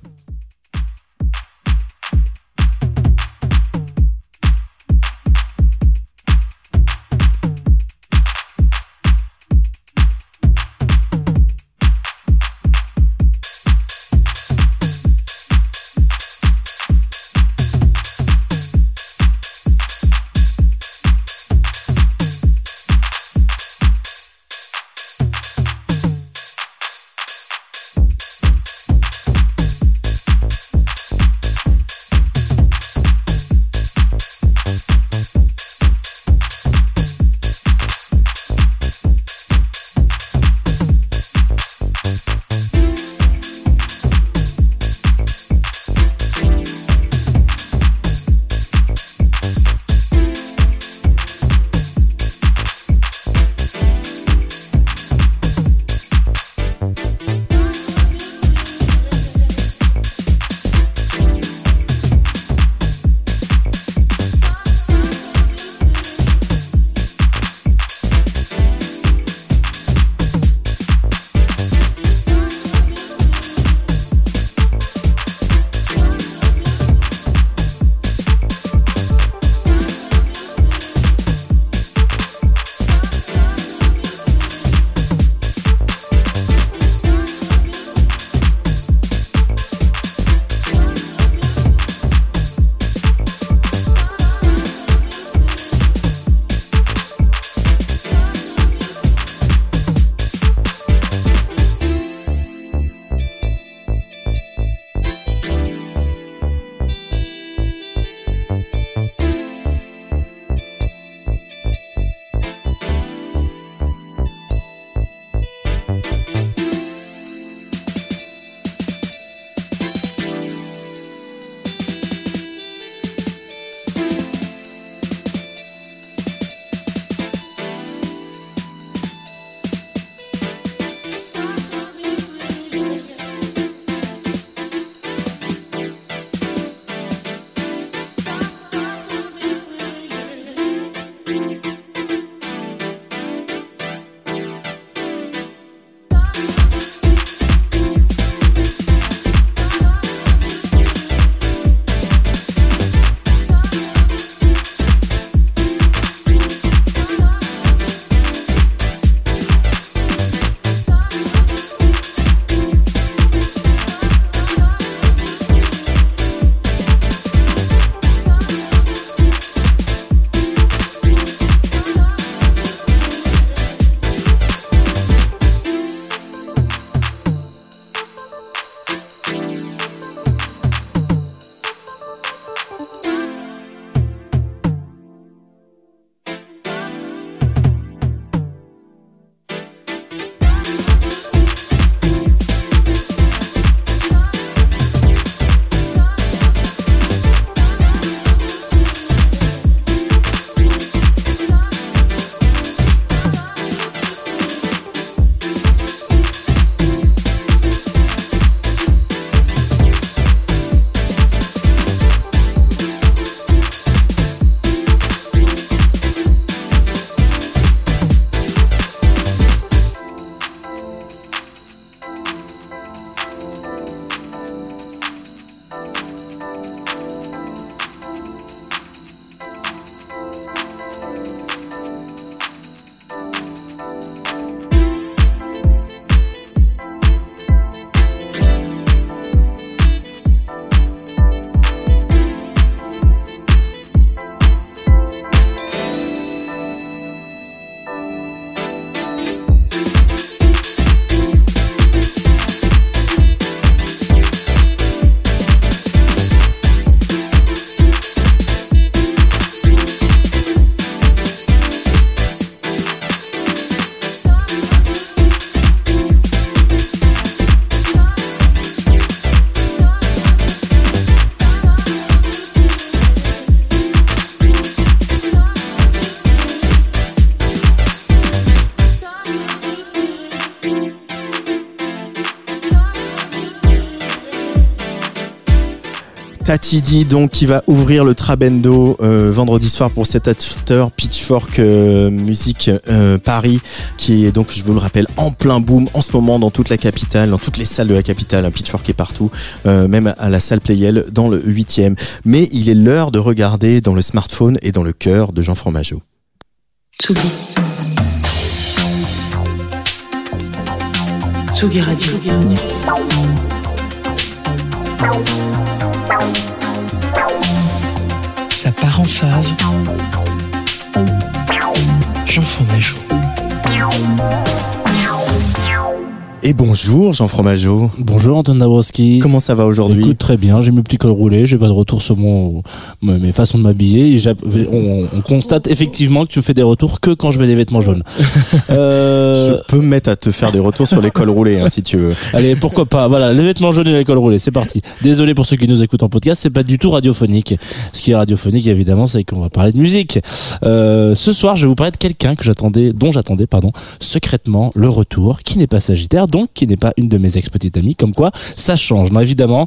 Tatidi donc qui va ouvrir le Trabendo vendredi soir pour cet after Pitchfork Musique Paris qui est donc, je vous le rappelle, en plein boom en ce moment dans toute la capitale, dans toutes les salles de la capitale. Un Pitchfork est partout, même à la salle Playel dans le 8e. Mais il est l'heure de regarder dans le smartphone et dans le cœur de Jean Fromageau. Tsugi. Tsugi Radio. Ça part en fave. Jean Fromageau. Et bonjour Jean Fromageau. Bonjour Antoine Dabrowski. Comment ça va aujourd'hui? Écoute, très bien, j'ai mes petits cols roulés, j'ai pas de retour sur mes façons de m'habiller. On constate effectivement que tu me fais des retours que quand je mets des vêtements jaunes. Je peux me mettre à te faire des retours sur les cols roulés si tu veux. Allez, pourquoi pas. Voilà, les vêtements jaunes et les cols roulés, c'est parti. Désolé pour ceux qui nous écoutent en podcast, c'est pas du tout radiophonique. Ce qui est radiophonique évidemment, c'est qu'on va parler de musique. Ce soir, je vais vous parler de quelqu'un dont j'attendais secrètement le retour, qui n'est pas sagittaire, donc qui n'est pas une de mes ex-petites amies, comme quoi ça change. Non, évidemment,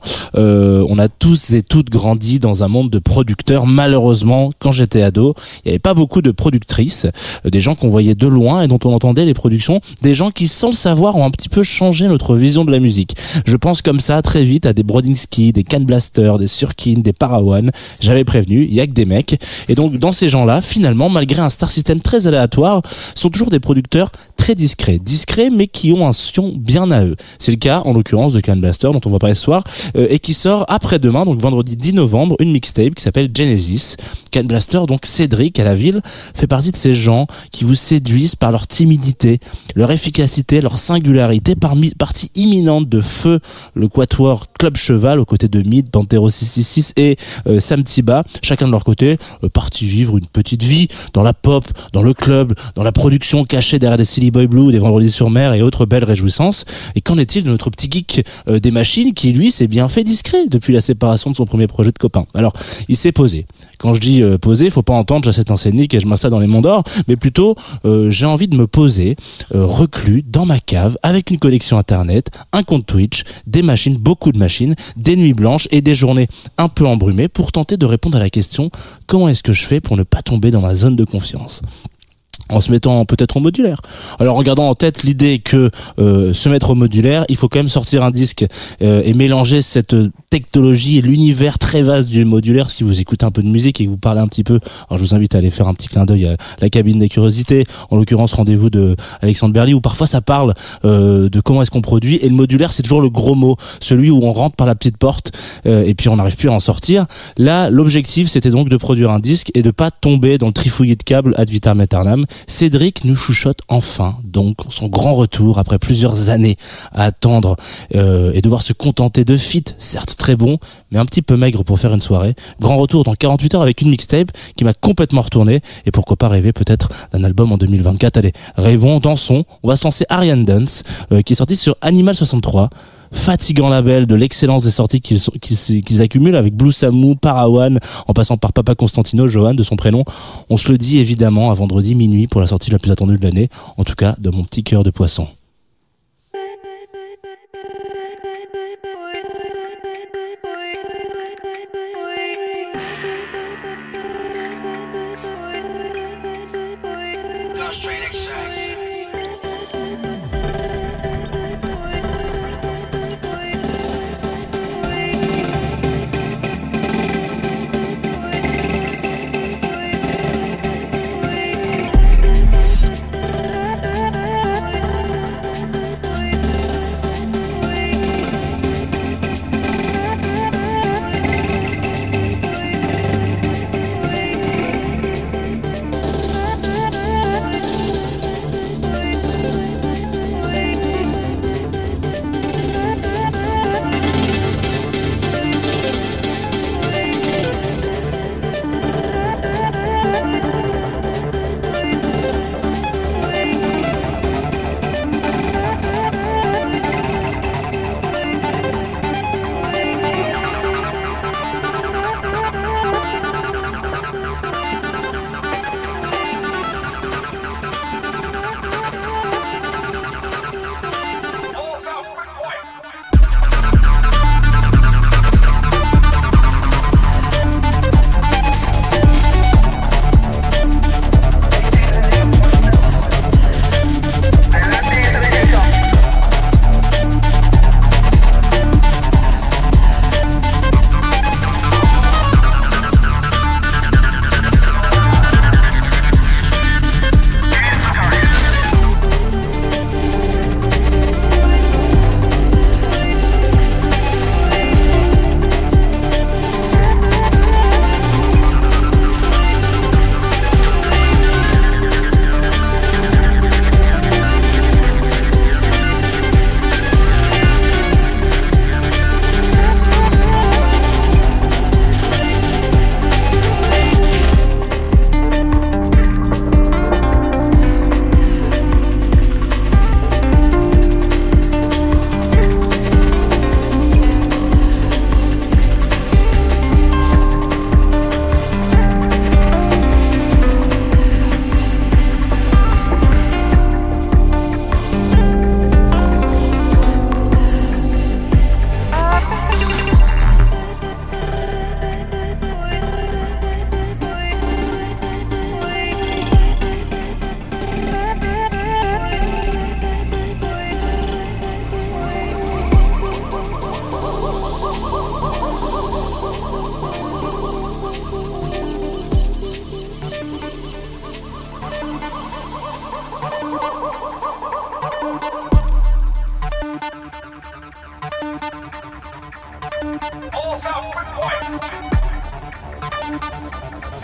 on a tous et toutes grandi dans un monde de producteurs. Malheureusement, quand j'étais ado, il n'y avait pas beaucoup de productrices, des gens qu'on voyait de loin et dont on entendait les productions, des gens qui, sans le savoir, ont un petit peu changé notre vision de la musique. Je pense comme ça très vite à des Brodinski, des Can Blaster, des Surkin, des Parawan. J'avais prévenu, il y a que des mecs. Et donc, dans ces gens-là, finalement, malgré un star system très aléatoire, sont toujours des producteurs très discrets, mais qui ont un son bien à eux. C'est le cas, en l'occurrence, de Can Blaster, dont on va parler ce soir, et qui sort après-demain, donc vendredi 10 novembre, une mixtape qui s'appelle Genesis. Can Blaster, donc Cédric à la ville, fait partie de ces gens qui vous séduisent par leur timidité, leur efficacité, leur singularité, partie imminente de Feu, le quatuor Club Cheval, aux côtés de Mid, Pantero 666 et Sam Tiba, chacun de leur côté, parti vivre une petite vie dans la pop, dans le club, dans la production cachée derrière des Silly Boy Blue, des Vendredis sur Mer et autres belles réjouissances. Et qu'en est-il de notre petit geek des machines qui, lui, s'est bien fait discret depuis la séparation de son premier projet de copain? Alors, il s'est posé. Quand je dis poser, faut pas entendre j'achète un scénic et je m'installe dans les monts d'or, mais plutôt j'ai envie de me poser reclus dans ma cave avec une connexion internet, un compte Twitch, des machines, beaucoup de machines, des nuits blanches et des journées un peu embrumées pour tenter de répondre à la question: comment est-ce que je fais pour ne pas tomber dans ma zone de confiance? En se mettant peut-être au modulaire. Alors en gardant en tête l'idée que se mettre au modulaire, il faut quand même sortir un disque et mélanger cette technologie et l'univers très vaste du modulaire. Si vous écoutez un peu de musique et que vous parlez un petit peu, alors je vous invite à aller faire un petit clin d'œil à la cabine des curiosités, en l'occurrence rendez-vous de Alexandre Berly, où parfois ça parle de comment est-ce qu'on produit, et le modulaire c'est toujours le gros mot, celui où on rentre par la petite porte et puis on n'arrive plus à en sortir. Là l'objectif c'était donc de produire un disque et de pas tomber dans le trifouillis de câbles ad vitam aeternam. Cédric nous chuchote enfin donc son grand retour après plusieurs années à attendre et devoir se contenter de feats, certes très bons, mais un petit peu maigres pour faire une soirée. Grand retour dans 48 heures avec une mixtape qui m'a complètement retourné, et pourquoi pas rêver peut-être d'un album en 2024. Allez, rêvons, dansons. On va se lancer Ariane Dance qui est sorti sur Animal 63. Fatigant label de l'excellence des sorties qu'ils accumulent avec Blue Samu, Parawan, en passant par Papa Constantino, Johan de son prénom. On se le dit évidemment à vendredi minuit pour la sortie la plus attendue de l'année, en tout cas de mon petit cœur de poisson.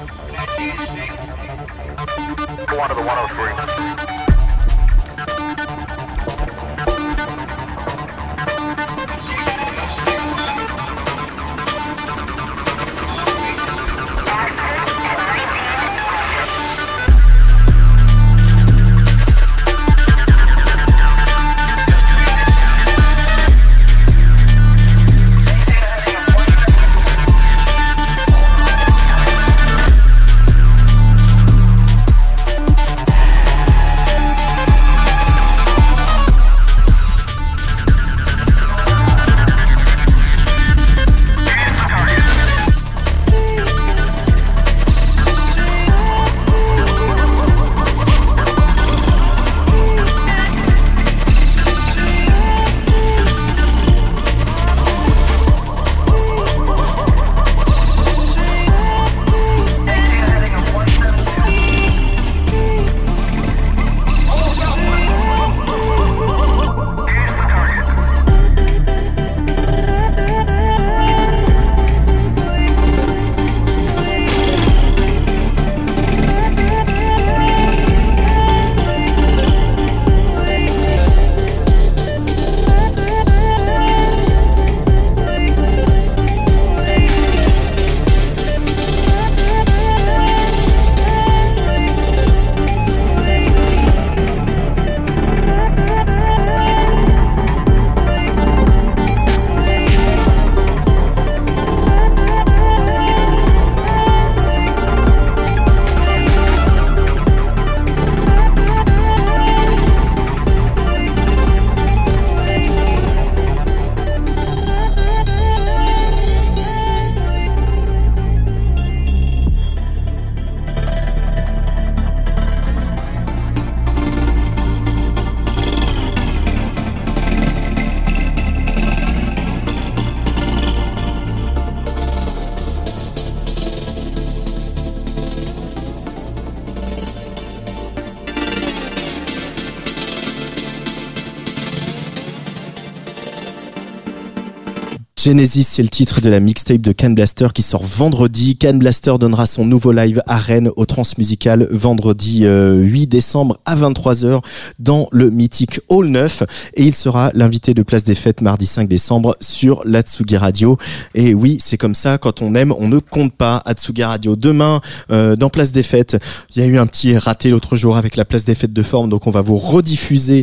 Genesis, c'est le titre de la mixtape de Can Blaster qui sort vendredi. Can Blaster donnera son nouveau live à Rennes au Transmusical vendredi 8 décembre à 23h dans le mythique Hall 9 et il sera l'invité de Place des Fêtes mardi 5 décembre sur la Tsugi Radio. Et oui, c'est comme ça, quand on aime, on ne compte pas à Tsugi Radio. Demain, dans Place des Fêtes, il y a eu un petit raté l'autre jour avec la Place des Fêtes de Forme, donc on va vous rediffuser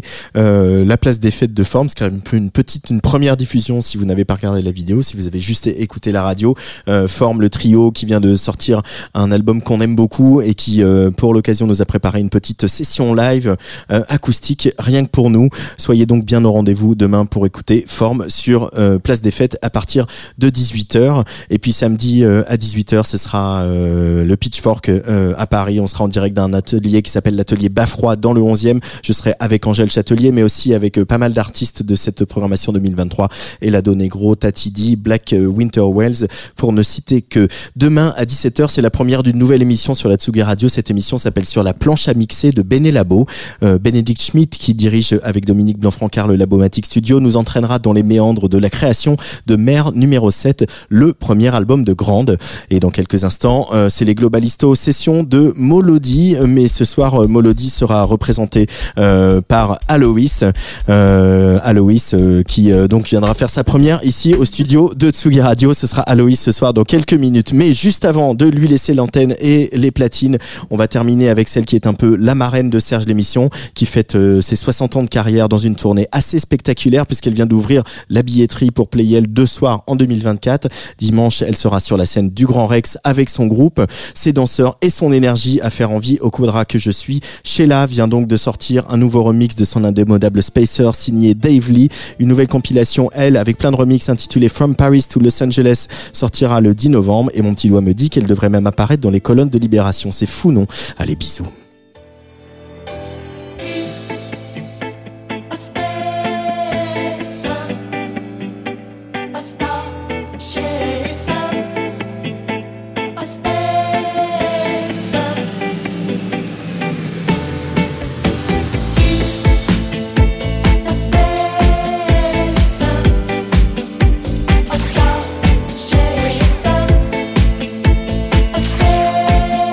la Place des Fêtes de Forme, c'est quand même une première diffusion si vous n'avez pas regardé la vidéo, si vous avez juste écouté la radio. Forme, le trio qui vient de sortir un album qu'on aime beaucoup et qui pour l'occasion nous a préparé une petite session live acoustique rien que pour nous. Soyez donc bien au rendez-vous demain pour écouter Forme sur Place des Fêtes à partir de 18h. Et puis samedi à 18h ce sera le Pitchfork à Paris. On sera en direct d'un atelier qui s'appelle l'atelier Bafroid dans le 11e. Je serai avec Angèle Châtelier mais aussi avec pas mal d'artistes de cette programmation 2023, Elado Negro, Tati, Black Winter Wells, pour ne citer que. Demain à 17h, c'est la première d'une nouvelle émission sur la Tsugi Radio. Cette émission s'appelle Sur la planche à mixer de Béné Labo. Bénédicte Schmidt, qui dirige avec Dominique Blanc-Francard le Labomatic Studio, nous entraînera dans les méandres de la création de Mère numéro 7, le premier album de Grande. Et dans quelques instants, c'est les Globalisto sessions de Molody. Mais ce soir, Molody sera représenté par Aloïs. Aloïs qui donc viendra faire sa première ici au studio de Tsugi Radio. Ce sera Aloïs ce soir dans quelques minutes. Mais juste avant de lui laisser l'antenne et les platines, on va terminer avec celle qui est un peu la marraine de Serge l'émission, qui fête ses 60 ans de carrière dans une tournée assez spectaculaire puisqu'elle vient d'ouvrir la billetterie pour Playel 2 soirs en 2024. Dimanche, elle sera sur la scène du Grand Rex avec son groupe, ses danseurs et son énergie à faire envie au quadra que je suis. Sheila vient donc de sortir un nouveau remix de son indémodable Spacer signé Dave Lee. Une nouvelle compilation, elle, avec plein de remix intitulée From Paris to Los Angeles, sortira le 10 novembre et mon petit doigt me dit qu'elle devrait même apparaître dans les colonnes de Libération. C'est fou, non? Allez, bisous. Stop.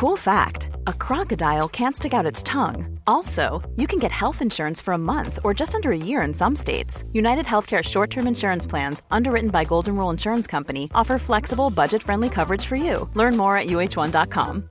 Cool fact, a crocodile can't stick out its tongue. Also, you can get health insurance for a month or just under a year in some states. United Healthcare short-term insurance plans, underwritten by Golden Rule Insurance Company, offer flexible, budget-friendly coverage for you. Learn more at uh1.com.